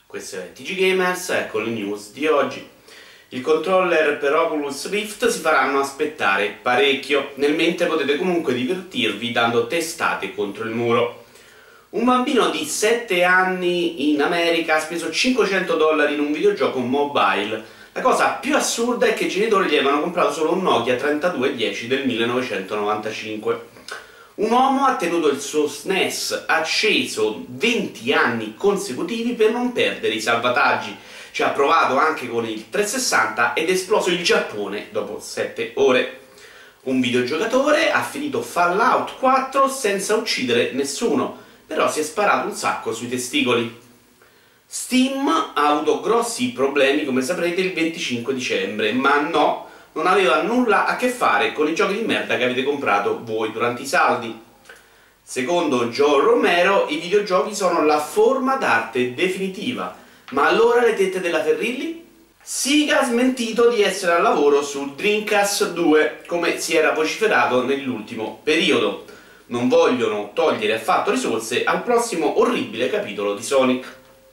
Questo è TG Gamers, ecco le news di oggi. Il controller per Oculus Rift si faranno aspettare parecchio, nel mentre potete comunque divertirvi dando testate contro il muro. Un bambino di 7 anni in America ha speso $500 in un videogioco mobile. La cosa più assurda è che i genitori gli avevano comprato solo un Nokia 3210 del 1995. Un uomo ha tenuto il suo SNES acceso 20 anni consecutivi per non perdere i salvataggi. Ci ha provato anche con il 360 ed è esploso il Giappone dopo 7 ore. Un videogiocatore ha finito Fallout 4 senza uccidere nessuno, però si è sparato un sacco sui testicoli. Steam ha avuto grossi problemi, come saprete, il 25 dicembre, ma no, non aveva nulla a che fare con i giochi di merda che avete comprato voi durante i saldi. Secondo Joe Romero, i videogiochi sono la forma d'arte definitiva. Ma allora le tette della Ferrilli? Sega ha smentito di essere al lavoro su Dreamcast 2, come si era vociferato nell'ultimo periodo. Non vogliono togliere affatto risorse al prossimo orribile capitolo di Sonic.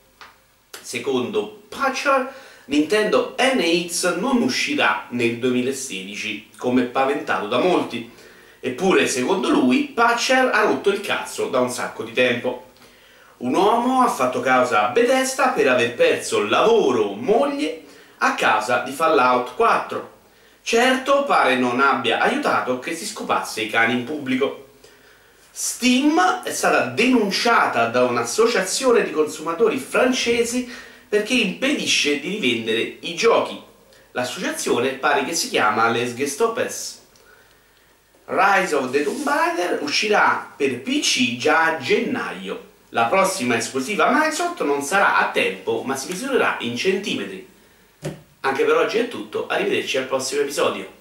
Secondo Patcher, Nintendo NX non uscirà nel 2016, come paventato da molti. Eppure, secondo lui, Patcher ha rotto il cazzo da un sacco di tempo. Un uomo ha fatto causa a Bethesda per aver perso lavoro o moglie a causa di Fallout 4. Certo, pare non abbia aiutato che si scopasse i cani in pubblico. Steam è stata denunciata da un'associazione di consumatori francesi perché impedisce di rivendere i giochi. L'associazione pare che si chiama Les Gestopes. Rise of the Tomb Raider uscirà per PC già a gennaio. La prossima esclusiva Microsoft non sarà a tempo, ma si misurerà in centimetri. Anche per oggi è tutto, arrivederci al prossimo episodio.